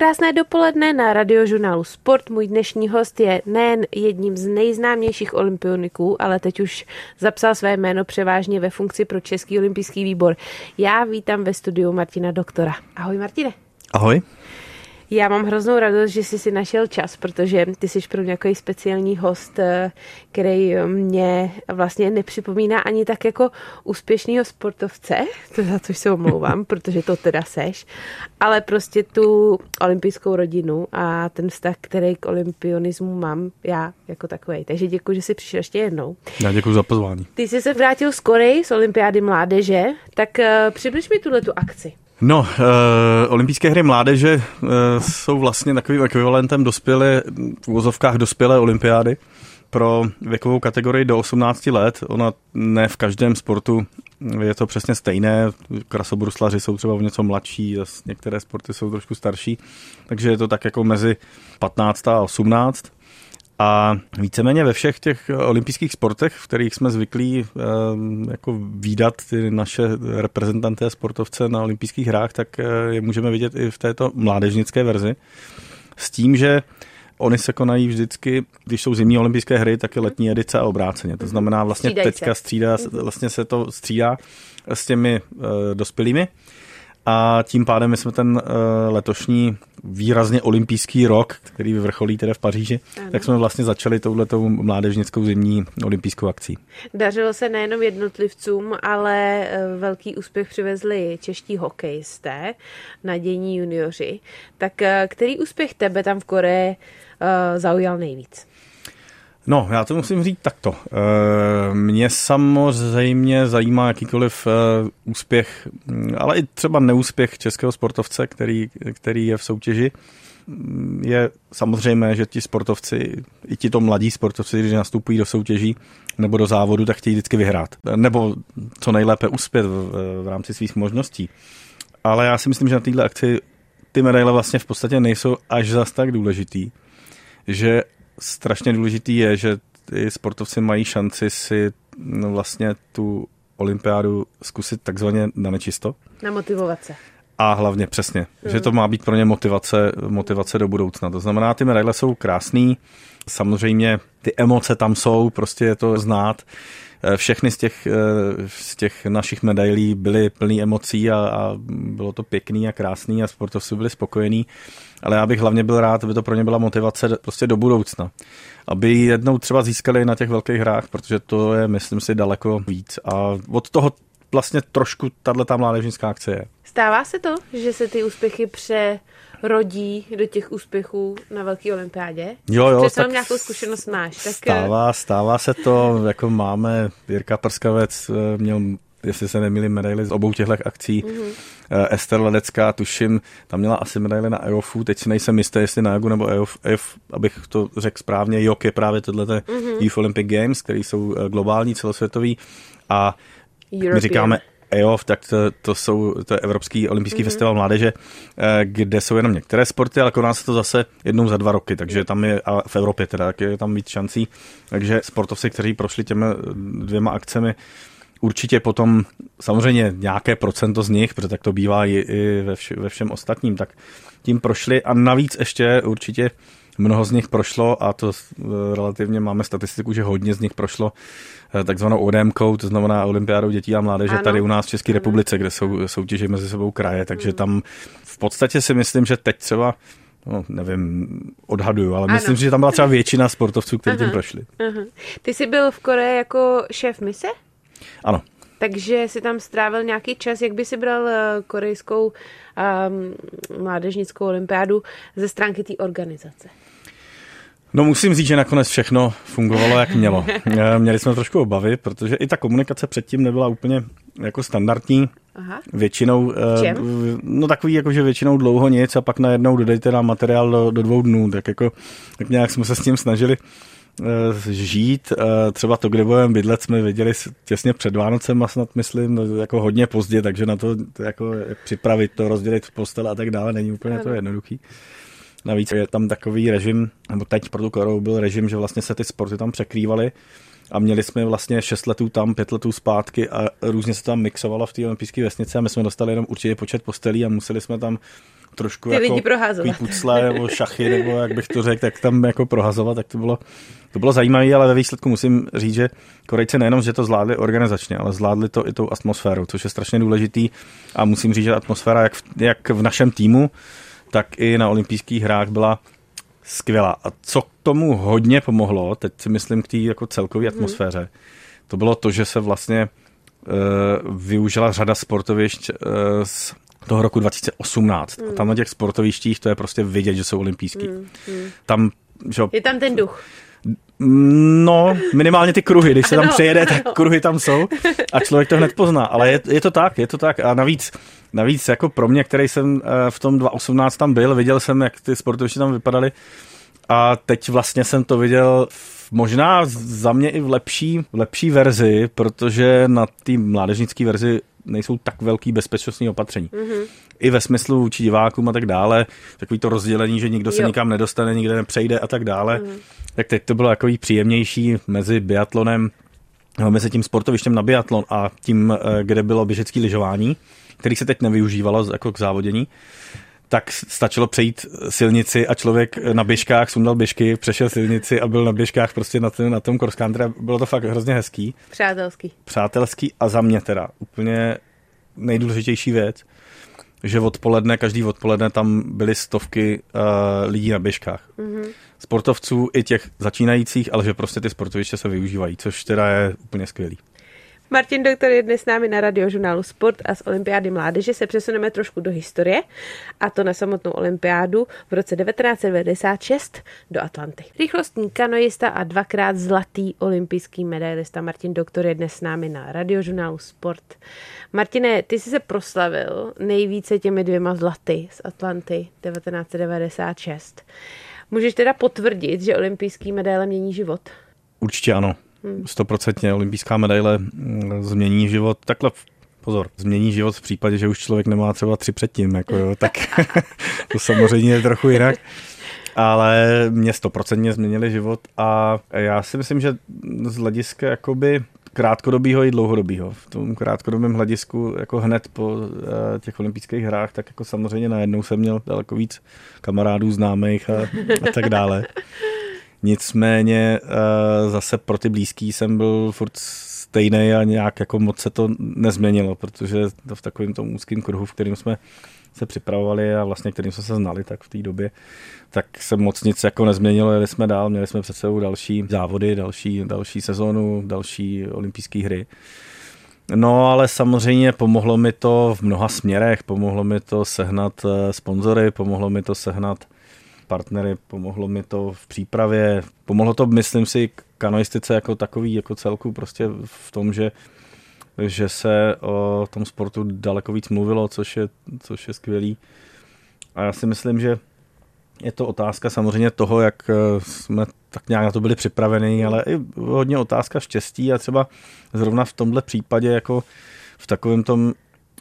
Krásné dopoledne na radiožurnálu Sport. Můj dnešní host je nejen jedním z nejznámějších olympioniků, ale teď už zapsal své jméno převážně ve funkci pro Český olympijský výbor. Já vítám ve studiu Martina Doktora. Ahoj Martine. Ahoj. Já mám hroznou radost, že jsi si našel čas, protože ty jsi pro mě takový speciální host, který mě vlastně nepřipomíná ani tak jako úspěšnýho sportovce, to za což se omlouvám, protože to teda seš, ale prostě tu olympijskou rodinu a ten vztah, který k olympionismu mám já jako takovej. Takže děkuji, že jsi přišel ještě jednou. Já děkuji za pozvání. Ty jsi se vrátil z Koreji, z olympiády mládeže, tak přibliž mi tuhletu akci. No, olympijské hry mládeže jsou vlastně takovým ekvivalentem v uvozovkách dospělé olympiády pro věkovou kategorii do 18 let. Ona ne v každém sportu je to přesně stejné. Krasobruslaři jsou třeba o něco mladší, některé sporty jsou trošku starší, takže je to tak jako mezi 15 a 18. A víceméně ve všech těch olympijských sportech, v kterých jsme zvyklí jako vídat ty naše reprezentanty a sportovce na olympijských hrách, tak je můžeme vidět i v této mládežnické verzi. S tím, že oni se konají vždycky, když jsou zimní olympijské hry, tak je letní edice a obráceně. To znamená vlastně teďka vlastně se to střídá s těmi dospělými. A tím pádem my jsme ten letošní výrazně olympijský rok, který vyvrcholí teda v Paříži, tak jsme vlastně začali touhletou mládežnickou zimní olympijskou akcí. Dařilo se nejenom jednotlivcům, ale velký úspěch přivezli čeští hokejisté, nadějní junioři. Tak který úspěch tebe tam v Koreji zaujal nejvíc? No, já to musím říct takto. Mě samozřejmě zajímá jakýkoliv úspěch, ale i třeba neúspěch českého sportovce, který je v soutěži. Je samozřejmé, že ti sportovci, i tito mladí sportovci, když nastupují do soutěží nebo do závodu, tak chtějí vždycky vyhrát. Nebo co nejlépe uspět v rámci svých možností. Ale já si myslím, že na této akci ty medaile vlastně v podstatě nejsou až zas tak důležitý, že strašně důležitý je, že ty sportovci mají šanci si vlastně tu olympiádu zkusit takzvaně na nečisto. Namotivovat se. A hlavně přesně, že to má být pro ně motivace do budoucna. To znamená, ty medaile jsou krásný, samozřejmě ty emoce tam jsou, prostě je to znát. Všechny z těch našich medailí byly plný emocí a bylo to pěkný a krásný a sportovci byli spokojení. Ale já bych hlavně byl rád, aby to pro ně byla motivace prostě do budoucna. Aby jednou třeba získali na těch velkých hrách, protože to je, myslím si, daleko víc. A od toho vlastně trošku tato mládežnická akce je. Stává se to, že se ty úspěchy přerodí do těch úspěchů na velké olympiádě? Jo, přece nějakou zkušenost máš. Tak... Stává se to, jako máme Jirka Prskavec, měl, jestli se nemýlím, medaily z obou těchto akcí. Ester Ledecká, tuším, tam měla asi medaily na EOFu, teď si nejsem jistý, jestli na JOGu nebo EOF, abych to řekl správně, JOG je právě tohleto Youth Olympic Games, které jsou globální, celosvětový a my říkáme EOF, tak to je Evropský olympijský festival mládeže, kde jsou jenom některé sporty, ale koná se to zase jednou za 2 roky, takže tam je, a v Evropě teda, tak je tam víc šancí, takže sportovci, kteří prošli těmi 2 akcemi, určitě potom samozřejmě nějaké procento z nich, protože tak to bývá i ve všem ostatním, tak tím prošli a navíc ještě určitě mnoho z nich prošlo a to relativně máme statistiku, že hodně z nich prošlo takzvanou ODM-kou, to znamená olympiádou dětí a mládeže tady u nás v České republice, kde jsou soutěže mezi sebou kraje, takže tam v podstatě si myslím, že teď třeba nevím, odhaduju, ale myslím, že tam byla třeba většina sportovců, kteří tím prošli. Ty jsi byl v Koreji jako šéf mise? Ano. Takže si tam strávil nějaký čas, jak by si bral korejskou mládežnickou olympiádu ze stránky té organizace? No musím říct, že nakonec všechno fungovalo, jak mělo. Měli jsme trošku obavy, protože i ta komunikace předtím nebyla úplně jako standardní. Aha. Většinou, no takový jako, že většinou dlouho nic a pak najednou dodejte nám materiál do 2 dnů, tak nějak jsme se s tím snažili žít. Třeba to, kde budeme bydlet, jsme viděli těsně před Vánocem a snad myslím jako hodně pozdě, takže na to jako připravit to, rozdělit v postele a tak dále, není úplně to jednoduchý. Navíc je tam takový režim, nebo teď pro tu Koreu byl režim, že vlastně se ty sporty tam překrývaly a měli jsme vlastně 6 letů tam, 5 letů zpátky a různě se tam mixovalo v té olympijské vesnici a my jsme dostali jenom určitě počet postelí a museli jsme tam trošku ty jako lidi prohazovat. pucle nebo šachy, nebo jak bych to řekl, tak tam jako prohazovat, tak to bylo zajímavé, ale ve výsledku musím říct, že Korejci nejenom, že to zvládli organizačně, ale zvládli to i tou atmosférou, což je strašně důležitý a musím říct, že atmosféra jak v našem týmu, tak i na olympijských hrách byla skvělá. A co k tomu hodně pomohlo, teď si myslím k té jako celkové atmosféře, to bylo to, že se vlastně využila řada sportovišť z toho roku 2018. A tam na těch sportovištích to je prostě vidět, že jsou olympijský. Tam, že... Je tam ten duch. No, minimálně ty kruhy, když se tam přejede, tak kruhy tam jsou a člověk to hned pozná, ale je to tak a navíc jako pro mě, který jsem v tom 2018 tam byl, viděl jsem, jak ty sportoviště tam vypadaly a teď vlastně jsem to viděl možná za mě i v lepší verzi, protože na té mládežnické verzi nejsou tak velký bezpečnostní opatření. I ve smyslu vůči divákům a tak dále, takový to rozdělení, že nikdo se nikam nedostane, nikde nepřejde a tak dále. Tak teď to bylo takový příjemnější mezi biatlonem, mezi tím sportovištěm na biatlon a tím, kde bylo běžecké lyžování, který se teď nevyužívalo jako k závodění. Tak stačilo přejít silnici a člověk na běžkách sundal běžky, přešel silnici a byl na běžkách prostě na tom cross country. Bylo to fakt hrozně hezký. Přátelský a za mě teda úplně nejdůležitější věc, že každý odpoledne tam byly stovky lidí na běžkách. Sportovců i těch začínajících, ale že prostě ty sportoviště se využívají, což teda je úplně skvělý. Martin Doktor je dnes s námi na Radiožurnálu Sport a z olympiády mládeže se přesuneme trošku do historie, a to na samotnou olympiádu v roce 1996 do Atlanty. Rychlostní kanoista a dvakrát zlatý olympijský medailista Martin Doktor je dnes s námi na Radiožurnálu Sport. Martine, ty jsi se proslavil nejvíce těmi 2 zlaty z Atlanty 1996. Můžeš teda potvrdit, že olympijský medaile mění život? Určitě ano. 100% olympijská medaile změní život. Takhle pozor, změní život v případě, že už člověk nemá třeba 3 předtím, jako jo, tak to samozřejmě je trochu jinak. Ale mě 100% změnili život a já si myslím, že z hlediska jakoby krátkodobýho i dlouhodobýho. V tom krátkodobém hledisku jako hned po těch olympijských hrách, tak jako samozřejmě najednou jsem měl daleko víc kamarádů, známých a tak dále. Nicméně zase pro ty blízký jsem byl furt stejný a nějak jako moc se to nezměnilo, protože to v takovém tom úzkém kruhu, v kterém jsme se připravovali a vlastně kterým jsme se znali tak v té době, tak se moc nic jako nezměnilo, jeli jsme dál, měli jsme před sebou další závody, další sezónu, další olympijské hry. No ale samozřejmě pomohlo mi to v mnoha směrech, pomohlo mi to sehnat sponzory, pomohlo mi to sehnat partnery, pomohlo mi to v přípravě, pomohlo to, myslím si, kanoistice jako takový, jako celku, prostě v tom, že se o tom sportu daleko víc mluvilo, což je skvělý. A já si myslím, že je to otázka samozřejmě toho, jak jsme tak nějak na to byli připraveni, ale i hodně otázka štěstí a třeba zrovna v tomhle případě, jako v takovém tom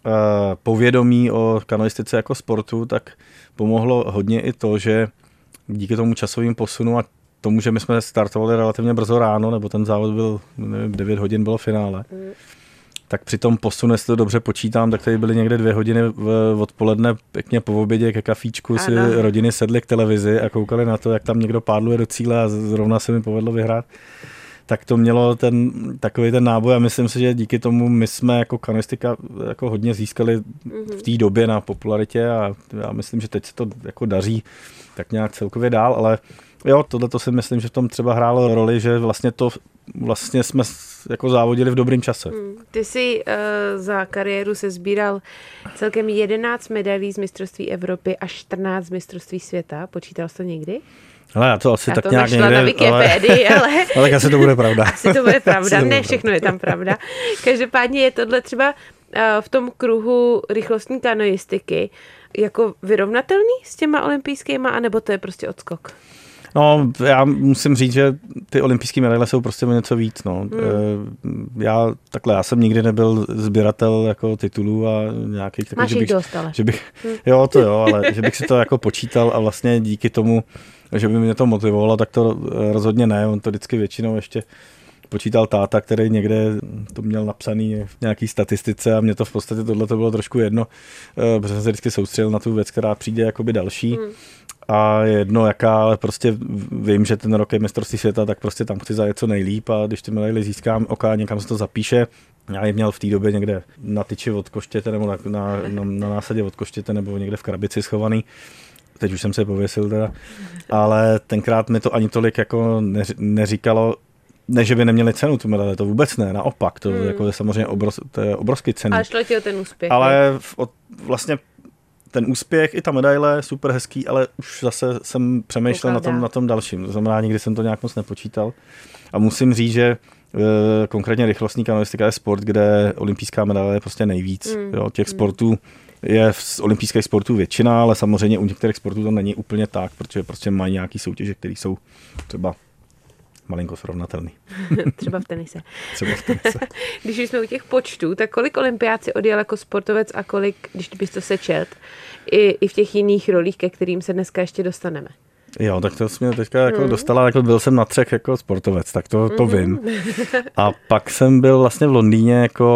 povědomí o kanoistice jako sportu, tak pomohlo hodně i to, že díky tomu časovým posunu a tomu, že my jsme startovali relativně brzo ráno, nebo ten závod byl, nevím, 9 hodin bylo finále, tak při tom posunu, jestli to dobře počítám, tak tady byly někde 2 hodiny odpoledne pěkně po obědě ke kafíčku, si rodiny sedly k televizi a koukali na to, jak tam někdo pádluje do cíle a zrovna se mi povedlo vyhrát. Tak to mělo takový ten náboj a myslím si, že díky tomu my jsme jako kanoistika jako hodně získali v té době na popularitě a já myslím, že teď se to jako daří tak nějak celkově dál, ale jo, tohleto si myslím, že v tom třeba hrálo roli, že vlastně jsme jako závodili v dobrým čase. Ty jsi za kariéru se sbíral celkem 11 medailí z mistrovství Evropy a 14 z mistrovství světa. Počítal jsi to někdy? Ale já to asi já tak to nějak někde... na Wikipedii, ale... ale asi to bude pravda. Asi to bude pravda, ne všechno je tam pravda. Každopádně je tohle třeba v tom kruhu rychlostní kanoistiky jako vyrovnatelný s těma olympijskýma, anebo to je prostě odskok? No, já musím říct, že ty olympijské medaile jsou prostě něco víc. No. Já jsem nikdy nebyl sběratel jako titulů a nějakých takových... Máš jich dost, ale. Jo, ale že bych si to jako počítal a vlastně díky tomu, že by mě to motivovalo, tak to rozhodně ne. On to vždycky většinou ještě odpočítal táta, který někde to měl napsaný v nějaký statistice a mě to v podstatě tohle to bylo trošku jedno, protože jsem se vždycky soustředil na tu věc, která přijde jakoby další. A je jedno jaká, ale prostě vím, že ten rok je mistrovství světa, tak prostě tam chci zajet co nejlíp a když ty medaily získám, někam se to zapíše. Já ji měl v té době někde na tyči od koštěte nebo na násadě od koštěte nebo někde v krabici schovaný. Teď už jsem se pověsil teda, ale tenkrát mi to ani tolik jako neříkalo, ne, že by neměli cenu tu medaili, to vůbec ne, naopak, to jako je samozřejmě to je obrovský cenu. Ale šlo ti o ten úspěch. Ale vlastně ten úspěch i ta medaile, super hezký, ale už zase jsem přemýšlel na tom dalším, to znamená, nikdy jsem to nějak moc nepočítal. A musím říct, že konkrétně rychlostní kanoistika je sport, kde olympijská medaile je prostě nejvíc. Jo, těch sportů je z olympijských sportů většina, ale samozřejmě u některých sportů to není úplně tak, protože prostě mají nějaký soutěže, které jsou třeba malinko srovnatelný. Třeba v tenise. Když jsme u těch počtů, tak kolik olympiád si odjel jako sportovec a kolik, když bys to sečet, i v těch jiných rolích, ke kterým se dneska ještě dostaneme? Jo, tak to jsi mě teďka jako dostala, jako byl jsem na 3 jako sportovec, tak to vím. A pak jsem byl vlastně v Londýně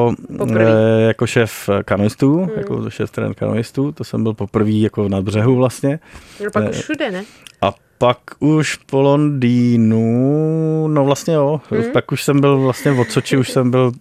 jako šéf kanoistů, jako šéf trenér kanoistů, to jsem byl poprvé jako na břehu vlastně. No pak už všude, ne? A pak už po Londýnu, no vlastně jo, pak už jsem byl vlastně od Soči, už jsem byl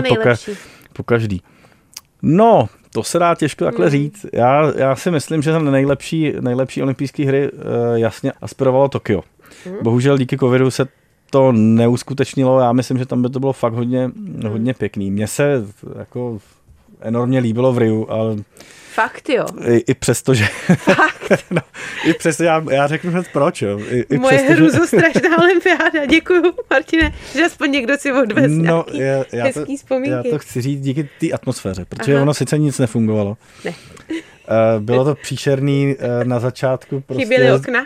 po každý. No, to se dá těžko takhle říct. Já si myslím, že na nejlepší olympijské hry jasně aspirovalo Tokio. Bohužel díky covidu se to neuskutečnilo, já myslím, že tam by to bylo fakt hodně pěkný. Mně se jako enormně líbilo v Riu, ale fakt jo. I přesto, že... Fakt? No, i přesto, já řeknu hned proč, jo. Moje hruzostrašná olympiáda. Děkuju, Martine, že aspoň někdo si odvez nějaký hezký vzpomínky. Já to chci říct díky té atmosféře, protože ono sice nic nefungovalo. Ne. Bylo to příšerný na začátku. Prostě chyběly okna?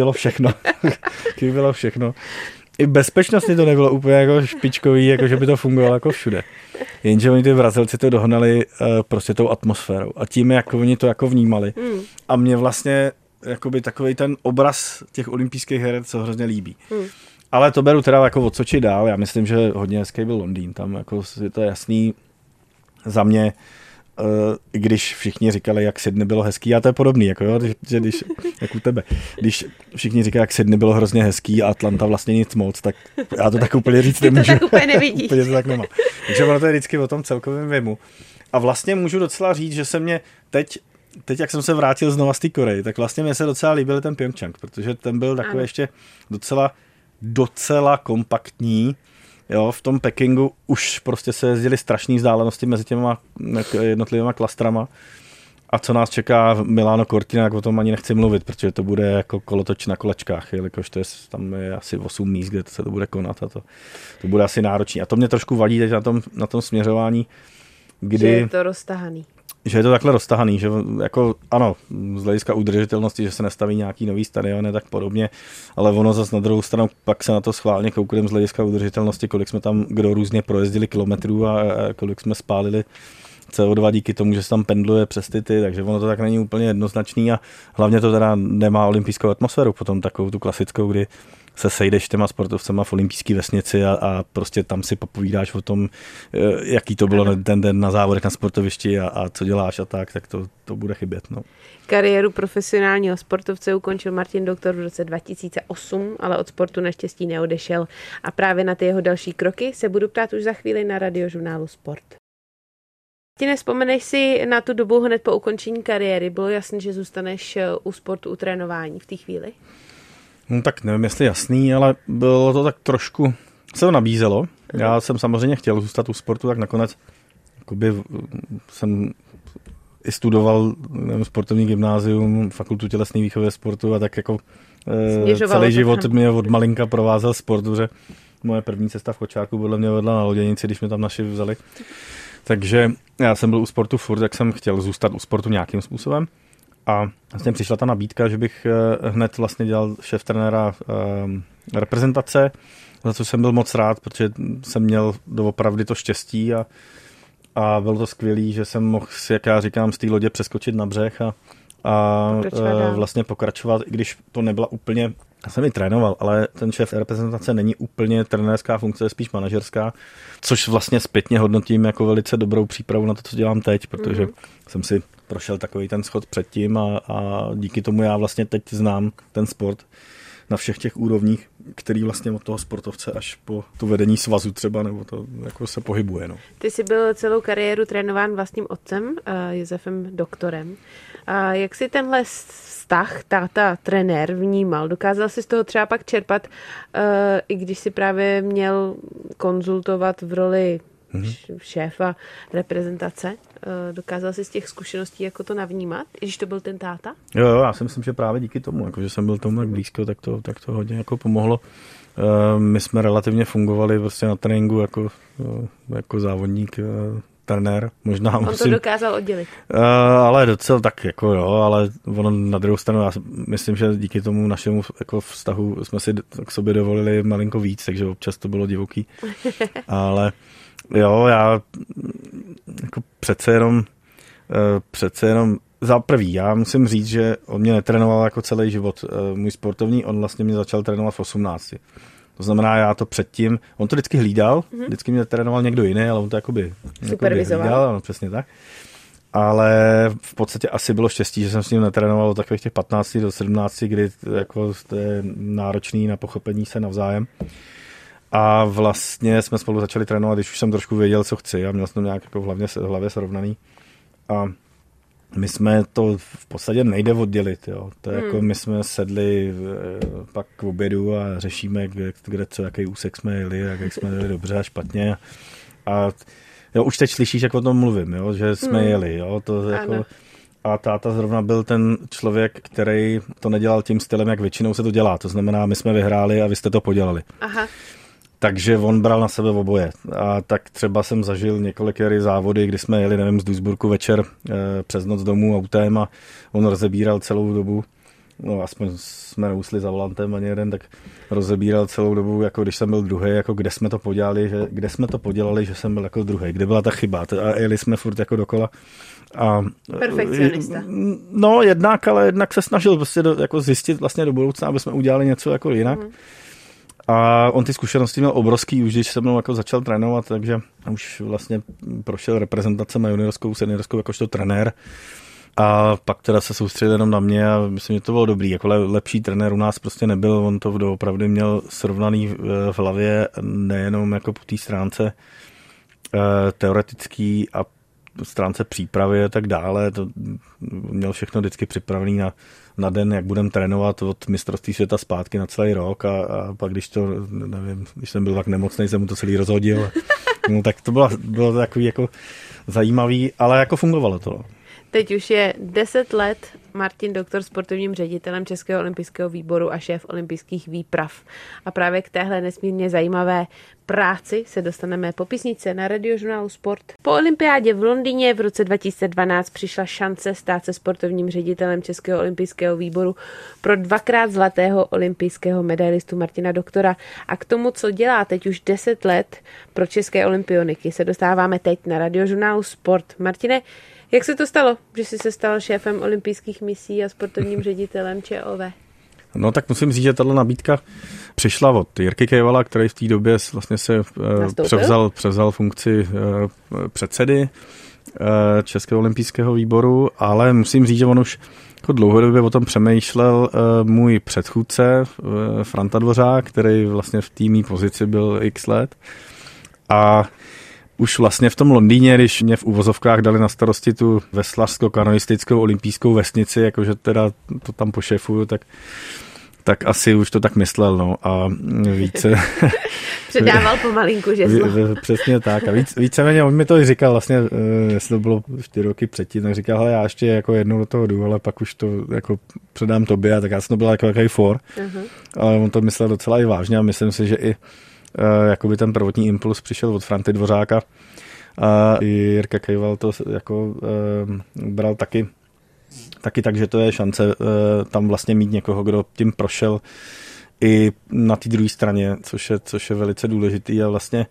Chybělo všechno. I bezpečnostně to nebylo úplně jako špičkový, jako že by to fungovalo jako všude. Jenže oni ty Brazilci to dohnali prostě tou atmosférou a tím, jak oni to jako vnímali. A mě vlastně jakoby takovej ten obraz těch olympijských her se hrozně líbí. Ale to beru teda jako od Soči dál. Já myslím, že hodně hezký byl Londýn. Tam jako je to jasný za mě, když všichni říkali, jak Sydney bylo hezký, a to je podobný, jako jo, když jak u tebe, když všichni říkají, jak Sydney bylo hrozně hezký a Atlanta vlastně nic moc, tak já to tak úplně říct nemůžu. Ty to tak úplně nevidíš. Úplně to tak nemám. Takže ono to je vždycky o tom celkovém věmu. A vlastně můžu docela říct, že se mě teď, jak jsem se vrátil znova z té Koreji, tak vlastně mě se docela líbil ten Pyeongchang, protože ten byl takový ještě docela kompaktní. Jo, v tom Pekingu už prostě se jezdily strašné vzdálenosti mezi těma jednotlivými klastrama. A co nás čeká v Milano Cortina, tak o tom ani nechci mluvit, protože to bude jako kolotoč na kolečkách, jelikož tam je asi 8 míst, kde se to bude konat a to bude asi náročný. A to mě trošku vadí teď na tom směřování, kdy... Že je to roztahaný. Že je to takhle roztahaný, že jako ano, z hlediska udržitelnosti, že se nestaví nějaký nový stadiony, tak podobně, ale ono zase na druhou stranu pak se na to schválně koukneme z hlediska udržitelnosti, kolik jsme tam kdo různě projezdili kilometrů a kolik jsme spálili CO2 díky tomu, že se tam pendluje přes ty, takže ono to tak není úplně jednoznačný a hlavně to teda nemá olympijskou atmosféru, potom takovou tu klasickou, kdy se sejdeš těma sportovcema v olympijské vesnici a prostě tam si popovídáš o tom, jaký to bylo ten den na závodech na sportovišti a co děláš a tak to bude chybět. No. Kariéru profesionálního sportovce ukončil Martin Doktor v roce 2008, ale od sportu naštěstí neodešel a právě na ty jeho další kroky se budu ptát už za chvíli na Radiožurnálu Sport. Nevzpomeneš si na tu dobu hned po ukončení kariéry? Bylo jasné, že zůstaneš u sportu, u trénování v té chvíli? No tak nevím, jestli jasný, ale bylo to tak trošku, se to nabízelo. Já jsem samozřejmě chtěl zůstat u sportu, tak nakonec jsem i studoval sportovní gymnázium, fakultu tělesné výchovy sportu a tak jako celý život mě od malinka provázel sport, protože moje první cesta v kočárku podle mě vedla na loděnici, když mě tam naši vzali. Takže já jsem byl u sportu furt, tak jsem chtěl zůstat u sportu nějakým způsobem. A vlastně přišla ta nabídka, že bych hned vlastně dělal šéf-trenéra reprezentace, za co jsem byl moc rád, protože jsem měl doopravdy to štěstí a bylo to skvělý, že jsem mohl si, jak já říkám, z té lodě přeskočit na břeh a vlastně pokračovat, i když to nebyla úplně Já jsem i trénoval, ale ten šéf reprezentace není úplně trenérská funkce, je spíš manažerská, což vlastně zpětně hodnotím jako velice dobrou přípravu na to, co dělám teď, protože jsem si prošel takový ten schod předtím a díky tomu já vlastně teď znám ten sport na všech těch úrovních, který vlastně od toho sportovce až po to vedení svazu třeba, nebo to jako se pohybuje. No. Ty jsi byl celou kariéru trénován vlastním otcem, Josefem Doktorem. A jak si tenhle vztah táta-trenér vnímal? Dokázal jsi z toho třeba pak čerpat, i když si právě měl konzultovat v roli šéfa reprezentace? Dokázal jsi z těch zkušeností jako to navnímat, i když to byl ten táta? Jo, já si myslím, že právě díky tomu, jako, že jsem byl tomu tak blízko, tak to hodně jako pomohlo. My jsme relativně fungovali prostě na tréninku jako závodník, trenér. Možná On to dokázal oddělit. Ale docela tak jako jo, ale ono na druhou stranu, já myslím, že díky tomu našemu jako vztahu jsme si k sobě dovolili malinko víc, takže občas to bylo divoký. Ale jo, já jako přece jenom za prvý, já musím říct, že on mě netrénoval jako celý život. Můj sportovní, on vlastně mě začal trénovat v 18. To znamená, já to předtím, on to vždycky hlídal, vždycky mě trénoval někdo jiný, ale on to jakoby hlídal, ano, přesně tak. Ale v podstatě asi bylo štěstí, že jsem s ním netrénoval od takových těch 15 do 17, kdy jako to je náročný na pochopení se navzájem. A vlastně jsme spolu začali trénovat, když už jsem trošku věděl, co chci a měl jsem to nějak jako v hlavě srovnaný. A my jsme to v podstatě nejde oddělit. Jo. To je jako my jsme sedli pak k obědu a řešíme, kde co, jaký úsek jsme jeli, jak jsme jeli dobře a špatně. A jo, už teď slyšíš, jak o tom mluvím, jo, že jsme jeli. Jo, to jako, a táta zrovna byl ten člověk, který to nedělal tím stylem, jak většinou se to dělá. To znamená, my jsme vyhráli a vy jste to podělali. Aha. Takže on bral na sebe oboje. A tak třeba jsem zažil několik závody, kdy jsme jeli, nevím, z Duisburgu večer přes noc domů autem a on rozebíral celou dobu. No, aspoň jsme neusli za volantem ani jeden, tak rozebíral celou dobu, jako když jsem byl druhý, jako kde jsme to podělali, že jsem byl jako druhý, kde byla ta chyba. A jeli jsme furt jako dokola. A, perfekcionista. No, jednak se snažil prostě jako zjistit vlastně do budoucna, aby jsme udělali něco jako jinak. A on ty zkušenosti měl obrovský, už když se mnou jako začal trénovat, takže už vlastně prošel reprezentacemi juniorskou, seniorskou jakožto trenér. A pak teda se soustředil jenom na mě a myslím, že to bylo dobrý. Jako lepší trenér u nás prostě nebyl, on to doopravdy měl srovnaný v hlavě nejenom jako po té stránce teoretický a stránce přípravy a tak dále. To měl všechno vždycky připravený na den, jak budeme trénovat od mistrovství světa zpátky na celý rok a pak když jsem byl tak nemocnej, jsem mu to celý rozhodil. No, tak to bylo takový jako zajímavý, ale jako fungovalo to. Teď už je 10 let Martin Doktor sportovním ředitelem Českého olympijského výboru a šéf olympijských výprav. A právě k téhle nesmírně zajímavé práci se dostaneme po písničce na Radiožurnálu Sport. Po olympiádě v Londýně v roce 2012 přišla šance stát se sportovním ředitelem Českého olympijského výboru pro 2x zlatého olympijského medailistu Martina Doktora. A k tomu, co dělá teď už 10 let pro české olympioniky, se dostáváme teď na Radiožurnálu Sport. Martine, jak se to stalo, že jsi se stal šéfem olympijských misí a sportovním ředitelem ČOV? No tak musím říct, že tato nabídka přišla od Jirky Kejvala, který v té době vlastně se převzal funkci předsedy Českého olympijského výboru, ale musím říct, že on už jako dlouhodobě o tom přemýšlel můj předchůdce Franta Dvořák, který vlastně v té mý pozici byl x let. A už vlastně v tom Londýně, když mě v uvozovkách dali na starosti tu veslařsko-kanoistickou olympijskou vesnici, jakože teda to tam pošefuju, tak asi už to tak myslel, no. A více... Předával pomalinku žezlo. Přesně tak. A víceméně on mi to i říkal, vlastně, jestli to bylo 4 roky předtím, tak říkal, hele, já ještě jako jednou do toho jdu, ale pak už to jako předám tobě, a tak já jsem to byl jako takový for. Ale on to myslel docela i vážně a myslím si, že i jakoby ten prvotní impuls přišel od Franty Dvořáka a Jirka Kejval to jako bral taky tak, že to je šance tam vlastně mít někoho, kdo tím prošel i na té druhé straně, což je velice důležitý a vlastně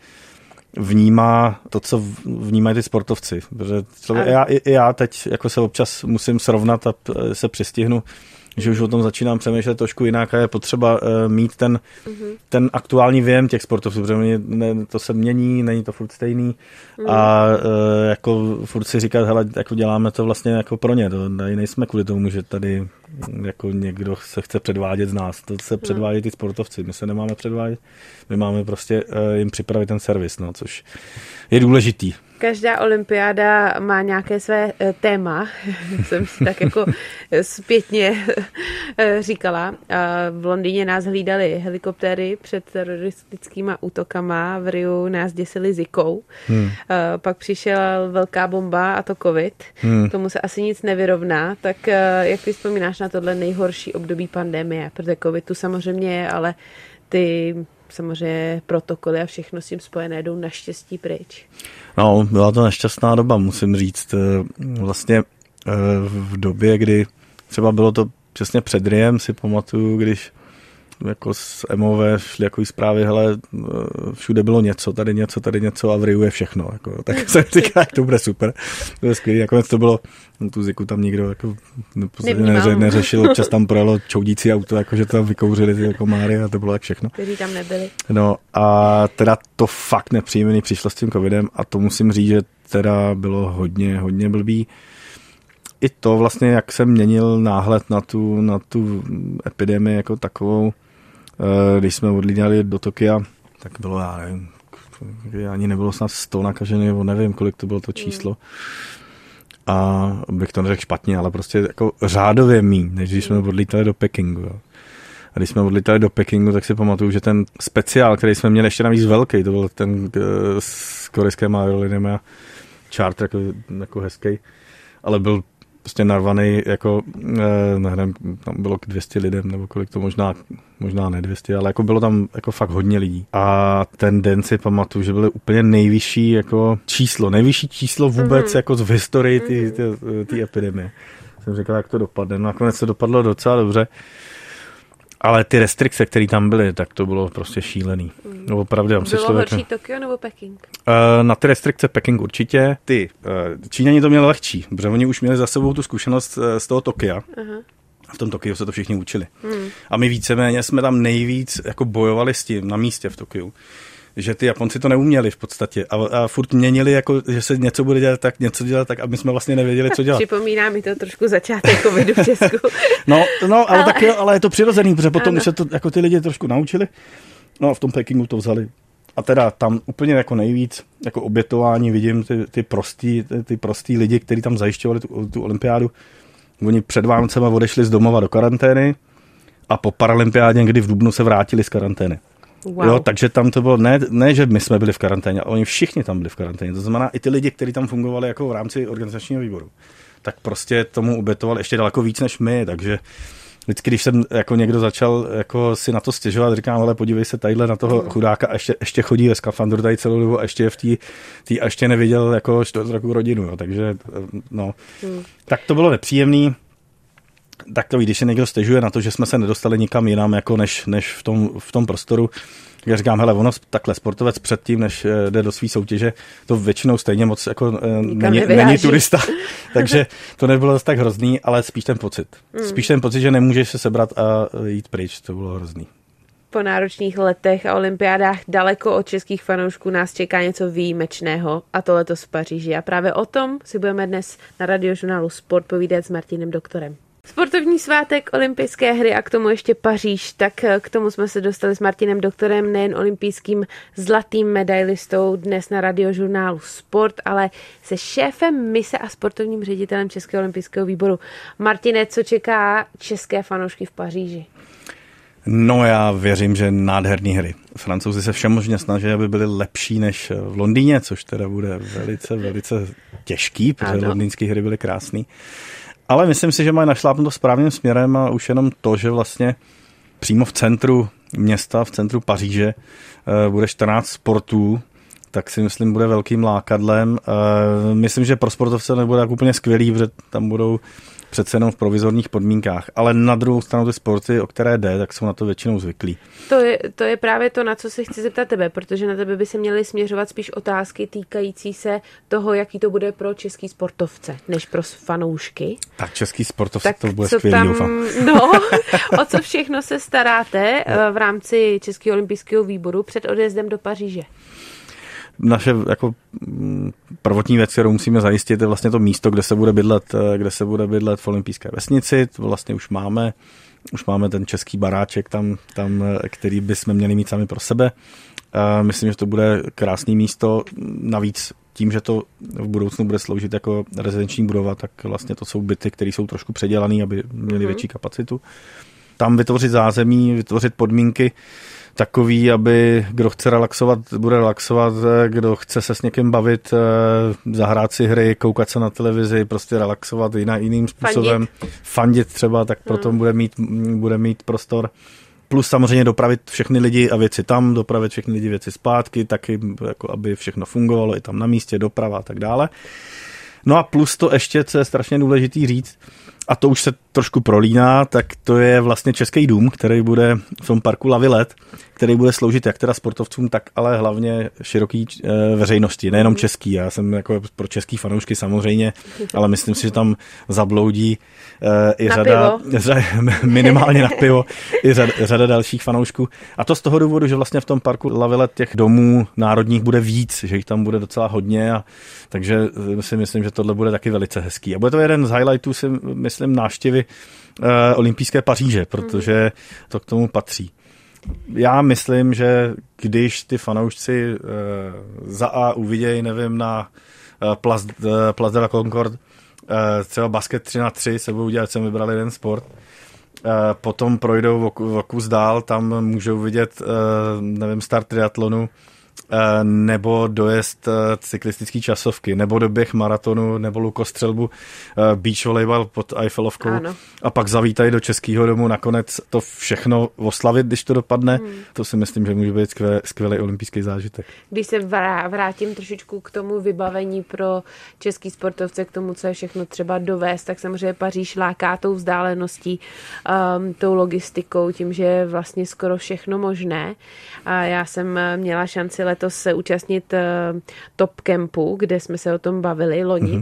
vnímá to, co vnímají ty sportovci. Protože já teď jako se občas musím srovnat a se přistihnu, že už o tom začínám přemýšlet trošku jinak a je potřeba mít ten aktuální věm těch sportovců, protože to se mění, není to furt stejný a jako furt si říkat, hele, jako děláme to vlastně jako pro ně, tady nejsme kvůli tomu, že tady jako někdo se chce předvádět z nás, to se předvádějí ty sportovci, my se nemáme předvádět, my máme prostě jim připravit ten servis, no, což je důležitý. Každá olympiáda má nějaké své téma, jsem si tak jako zpětně říkala. V Londýně nás hlídali helikoptéry před teroristickýma útokama, v Riu nás děsili Zikou, pak přišel velká bomba a to covid. Tomu se asi nic nevyrovná, tak jak ty vzpomínáš na tohle nejhorší období pandemie, protože covid tu samozřejmě je, ale ty samozřejmě protokoly a všechno s tím spojené jdou naštěstí pryč. No, byla to nešťastná doba, musím říct. Vlastně v době, kdy třeba bylo to přesně před Riem, si pamatuju, když jako z MOV šly jako zprávy, hele, všude bylo něco, tady něco a v Riu je všechno. Jako, tak jsem říkal, jak to bude super. To je skvělý. Nakonec to bylo, tu Ziku tam nikdo jako neřešil, občas tam projelo čoudící auto, jakože tam vykouřili ty komáry a to bylo tak všechno. Kteří tam nebyli. No a teda to fakt nepříjemný přišlo s tím covidem a to musím říct, že teda bylo hodně blbý. I to vlastně, jak jsem měnil náhled na tu epidemii jako takovou, když jsme odlídali do Tokia, tak bylo, já nevím, ani nebylo snad 100 nakažených, nebo nevím, kolik to bylo to číslo. A bych to neřekl špatně, ale prostě jako řádově míň, než když jsme odlítali do Pekingu. Jo. A když jsme odlítali do Pekingu, tak si pamatuju, že ten speciál, který jsme měli ještě navíc velký, to byl ten s korejskými aeroliniemi a charter jako hezký, ale byl prostě narvaný, jako, nevím, tam bylo k 200 lidem, nebo kolik to možná ne 200, ale jako bylo tam jako fakt hodně lidí. A ten den si pamatuju, že bylo úplně nejvyšší číslo vůbec jako v historii té epidemie. Jsem říkal, jak to dopadne. Nakonec to dopadlo docela dobře. Ale ty restrikce, které tam byly, tak to bylo prostě šílený. No, opravdu, bylo horší Tokio nebo Peking? Na ty restrikce Peking určitě. Číňani to měli lehčí, protože oni už měli za sebou tu zkušenost z toho Tokia. A v tom Tokiu se to všichni učili. A my víceméně jsme tam nejvíc jako bojovali s tím na místě v Tokiu. Že ty Japonci to neuměli v podstatě a furt měnili, jako, že se něco bude dělat tak a my jsme vlastně nevěděli, co dělat. Připomíná mi to trošku začátek covidu v Česku. No, ale tak jo, ale je to přirozený, protože potom už se to jako ty lidi trošku naučili. No a v tom Pekingu to vzali. A teda tam úplně jako nejvíc jako obětování vidím ty prostý lidi, kteří tam zajišťovali tu olympiádu. Oni před Vánocema odešli z domova do karantény a po paralympiádě, kdy v dubnu se vrátili z karantény. Wow. Jo, takže tam to bylo, ne, že my jsme byli v karanténě, ale oni všichni tam byli v karanténě. To znamená i ty lidi, kteří tam fungovali jako v rámci organizačního výboru. Tak prostě tomu obětovali ještě daleko víc než my, takže vždycky, když jsem jako někdo začal jako si na to stěžovat, říkám, ale podívej se tadyhle na toho chudáka, ještě chodí ve skafandru tady celou dobu a ještě je v a ještě neviděl jako 4 roku rodinu, jo, takže no. Tak to bylo nepříjemný. Tak to ví, když se někdo stěžuje na to, že jsme se nedostali nikam jinam, jako než v tom prostoru. Já říkám, hele, ono takhle sportovec předtím, než jde do své soutěže, to většinou stejně moc jako není turista. Takže to nebylo zase tak hrozný, ale spíš ten pocit. Spíš ten pocit, že nemůžeš se sebrat a jít pryč, to bylo hrozný. Po náročných letech a olympiádách daleko od českých fanoušků nás čeká něco výjimečného a to letos v Paříži. A právě o tom si budeme dnes na Radiožurnálu Sport povídat s Martinem Doktorem. Sportovní svátek, olympijské hry a k tomu ještě Paříž, tak k tomu jsme se dostali s Martinem Doktorem, nejen olympijským zlatým medailistou dnes na Radiožurnálu Sport, ale se šéfem mise a sportovním ředitelem Českého olympijského výboru. Martine, co čeká české fanoušky v Paříži? No já věřím, že nádherný hry. Francouzi se všemožně snaží, aby byli lepší než v Londýně, což teda bude velice těžký, protože londýnské hry byly krásný. Ale myslím si, že mají našlápnuto správným směrem a už jenom to, že vlastně přímo v centru města, v centru Paříže, bude 14 sportů, tak si myslím, bude velkým lákadlem. Myslím, že pro sportovce nebude tak úplně skvělý, protože tam budou přece jenom v provizorních podmínkách. Ale na druhou stranu ty sporty, o které jde, tak jsou na to většinou zvyklí. To je právě to, na co se chci zeptat tebe, protože na tebe by se měly směřovat spíš otázky týkající se toho, jaký to bude pro český sportovce, než pro fanoušky. Tak český sportovce to bude skvělý, doufám. No, o co všechno se staráte v rámci Českého olympijského výboru před odjezdem do Paříže? Naše jako prvotní věc, kterou musíme zajistit, je vlastně to místo, kde se bude bydlet v olympijské vesnici. To vlastně už máme ten český baráček tam, který bychom měli mít sami pro sebe. Myslím, že to bude krásné místo. Navíc tím, že to v budoucnu bude sloužit jako rezidenční budova, tak vlastně to jsou byty, které jsou trošku předělané, aby měly větší kapacitu. Tam vytvořit zázemí, vytvořit podmínky takový, aby kdo chce relaxovat, bude relaxovat, kdo chce se s někým bavit, zahrát si hry, koukat se na televizi, prostě relaxovat jiným způsobem. Fandit třeba, tak proto bude mít prostor. Plus samozřejmě dopravit všechny lidi a věci tam, dopravit všechny lidi věci zpátky, taky jako aby všechno fungovalo i tam na místě, doprava a tak dále. No a plus to ještě, co je strašně důležitý říct, a to už se trošku prolíná, tak to je vlastně Český dům, který bude v tom parku La Villette, který bude sloužit jak teda sportovcům, tak ale hlavně široký veřejnosti, nejenom český. Já jsem jako pro český fanoušky samozřejmě, ale myslím si, že tam zabloudí i minimálně na pivo, i řada dalších fanoušků. A to z toho důvodu, že vlastně v tom parku La Villette těch domů národních bude víc, že jich tam bude docela hodně, takže si myslím, že tohle bude taky velice hezký. A bude to jeden z highlightů, si myslím, návštěvy olympijské Paříže, protože to k tomu patří. Já myslím, že když ty fanoušci za A uvidějí, nevím, na Place de la Concorde třeba basket 3x3, se budou dělat, jsem vybral jeden sport, potom projdou o kus dál, tam můžou vidět, nevím, start triatlonu, nebo dojezd cyklistický časovky, nebo doběh maratonu, nebo lukostřelbu, beach volejbal pod Eiffelovkou. Ano. A pak zavítají do Českého domu nakonec to všechno oslavit, když to dopadne. To si myslím, že může být skvělý olympijský zážitek. Když se vrátím trošičku k tomu vybavení pro český sportovce, k tomu, co je všechno třeba dovést, tak samozřejmě Paříž láká tou vzdáleností, tou logistikou, tím, že je vlastně skoro všechno možné. A já jsem měla šanci letos se účastnit Top Campu, kde jsme se o tom bavili, loni,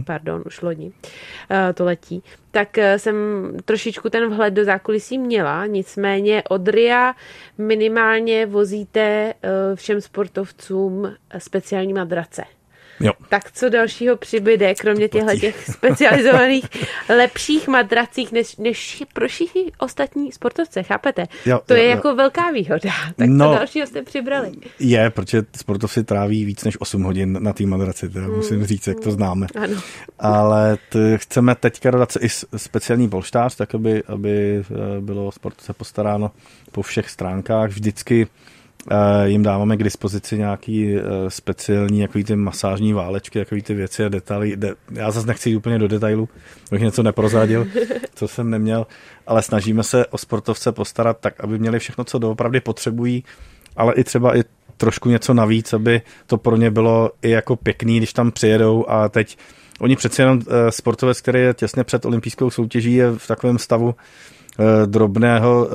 to letí, tak jsem trošičku ten vhled do zákulisí měla, nicméně od RIA minimálně vozíte všem sportovcům speciální madrace. Jo. Tak co dalšího přibyde, kromě těch specializovaných lepších madracích než pro všichni ostatní sportovce, chápete? To je jako velká výhoda. Tak co dalšího jste přibrali? Je, protože sportovci tráví víc než 8 hodin na té madraci, teda musím říct, jak to známe. Ano. Ale chceme teďka dodat i speciální polštář, tak aby bylo sportovce postaráno po všech stránkách. Vždycky jim dáváme k dispozici nějaký speciální, jako ty masážní válečky, jako ty věci a detaily. Já zase nechci jít úplně do detailu, bych něco neprozradil, co jsem neměl, ale snažíme se o sportovce postarat tak, aby měli všechno, co doopravdy potřebují, ale i třeba i trošku něco navíc, aby to pro ně bylo i jako pěkný, když tam přijedou a teď oni přeci jenom sportovec, který je těsně před olympijskou soutěží, je v takovém stavu drobného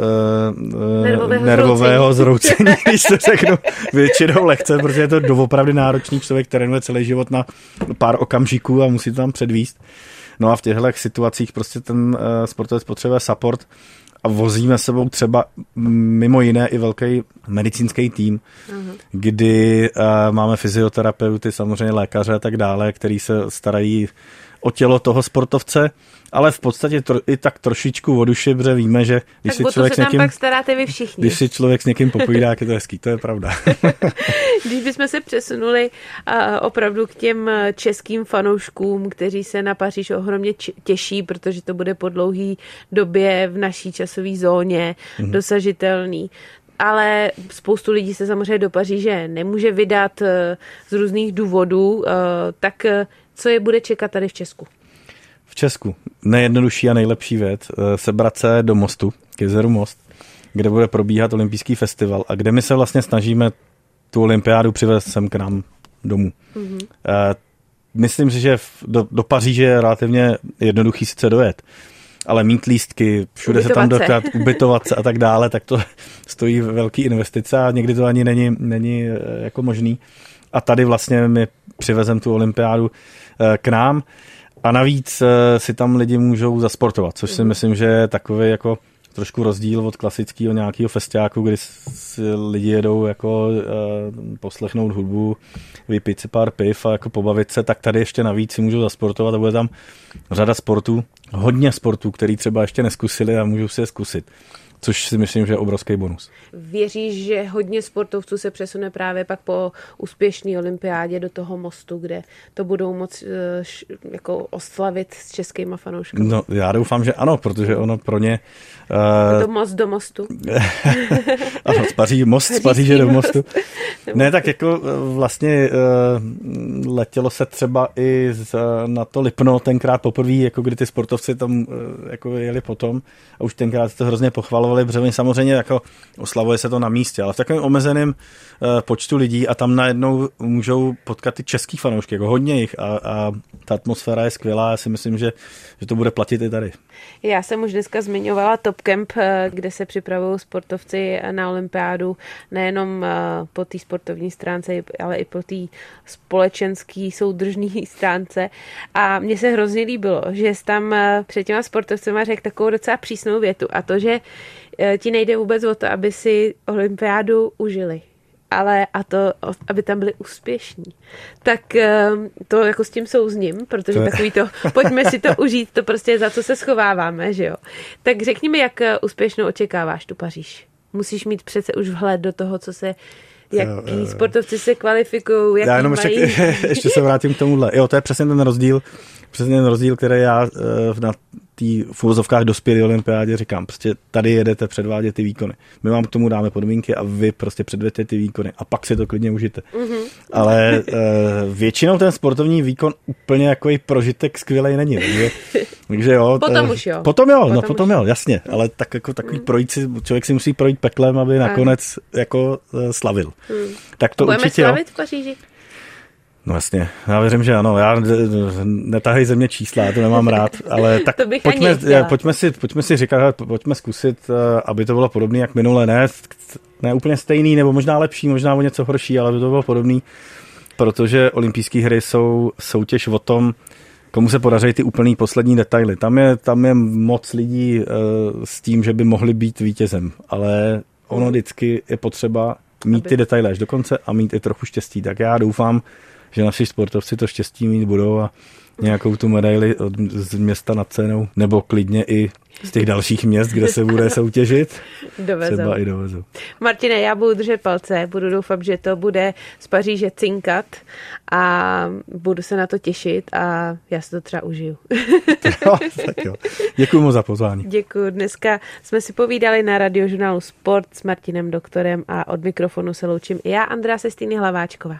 nervového zroucení, když to řeknu většinou lehce, protože je to doopravdy náročný člověk, trénuje celý život na pár okamžiků a musí to tam předvíst. No a v těchto situacích prostě ten sportovec potřebuje support a vozíme sebou třeba mimo jiné i velký medicínský tým, kdy máme fyzioterapeuty, samozřejmě lékaře a tak dále, který se starají o tělo toho sportovce, ale v podstatě i tak trošičku o duši, protože víme, že když si člověk s někým, pak staráte vy všichni. Když si člověk s někým popovídá, je to hezký, to je pravda. Když bychom se přesunuli opravdu k těm českým fanouškům, kteří se na Paříž ohromně těší, protože to bude po dlouhé době v naší časové zóně dosažitelný. Ale spoustu lidí se samozřejmě do Paříže nemůže vydat z různých důvodů, tak co je bude čekat tady v Česku? V Česku nejjednodušší a nejlepší věc, sebrat se do Mostu, k jezeru Most, kde bude probíhat olympijský festival a kde my se vlastně snažíme tu olympiádu přivést sem k nám domů. Myslím si, že do Paříže je relativně jednoduchý sice dojet, ale mít lístky, všude se tam dokat, ubytovat se a tak dále, tak to stojí velký investice a někdy to ani není jako možný. A tady vlastně my přivezem tu olympiádu k nám a navíc si tam lidi můžou zasportovat, což si myslím, že je takový jako trošku rozdíl od klasického nějakého festiáku, kdy si lidi jedou jako poslechnout hudbu, vypít si pár piv a jako pobavit se, tak tady ještě navíc si můžou zasportovat a bude tam řada sportů, hodně sportů, který třeba ještě neskusili a můžou si je zkusit. Což si myslím, že je obrovský bonus. Věříš, že hodně sportovců se přesune právě pak po úspěšné olympiádě do toho mostu, kde to budou moct jako oslavit s českýma fanoušky? No, já doufám, že ano, protože ono pro ně... Je to most do mostu. Ano, most z Paříže do mostu. Ne, tak jako vlastně letělo se třeba i na to Lipno tenkrát poprvé, jako kdy ty sportovci tam jako jeli potom a už tenkrát to hrozně pochvalovali, protože samozřejmě jako oslavuje se to na místě, ale v takovém omezeném počtu lidí a tam najednou můžou potkat ty český fanoušky, jako hodně jich a ta atmosféra je skvělá, já si myslím, že to bude platit i tady. Já jsem už dneska zmiňovala Top Camp, kde se připravují sportovci na olympiádu nejenom po té sportovní stránce, ale i po té společenské soudržné stránce. A mně se hrozně líbilo, že jsi tam před těma sportovcema řekl takovou docela přísnou větu a to, že ti nejde vůbec o to, aby si olympiádu užili, ale a to, aby tam byli úspěšní. Tak to jako s tím souzním, protože takový to, pojďme si to užít, to prostě je za co se schováváme, že jo. Tak řekni mi, jak úspěšnou očekáváš tu Paříž. Musíš mít přece už vhled do toho, co se, jaký sportovci se kvalifikují, jaký já jenom mají. Ještě se vrátím k tomuhle. Jo, to je přesně ten rozdíl, který já na té v uvozovkách dospělé olympiádě říkám, prostě tady jedete předvádět ty výkony. My vám k tomu dáme podmínky a vy prostě předvedete ty výkony a pak si to klidně užijte. Ale většinou ten sportovní výkon úplně jako prožitek skvělej není. Takže jo. Potom už jo. Potom jo, jasně. Ale tak jako takový člověk si musí projít peklem, aby nakonec jako slavil. Tak to budeme určitě slavit v Paříži? No jasně, já věřím, že ano. Já netahej ze mě čísla, já to nemám rád, ale tak pojďme si říkat, pojďme zkusit, aby to bylo podobné jak minule, ne úplně stejný, nebo možná lepší, možná o něco horší, ale aby to bylo podobný, protože olympijské hry jsou soutěž o tom, komu se podaří ty úplný poslední detaily. Tam je moc lidí s tím, že by mohli být vítězem, ale ono vždycky je potřeba mít ty detaily až do konce a mít i trochu štěstí. Tak já doufám, že naši sportovci to štěstí mít budou a nějakou tu medaili z města nad Senou, nebo klidně i z těch dalších měst, kde se bude soutěžit, třeba i dovezou. Martine, já budu držet palce, budu doufat, že to bude z Paříže cinkat a budu se na to těšit a já si to třeba užiju. Tak jo. Děkuji moc za pozvání. Děkuji. Dneska jsme si povídali na Radiožurnálu Sport s Martinem Doktorem a od mikrofonu se loučím i já, Andrea Sestýny Hlaváčková.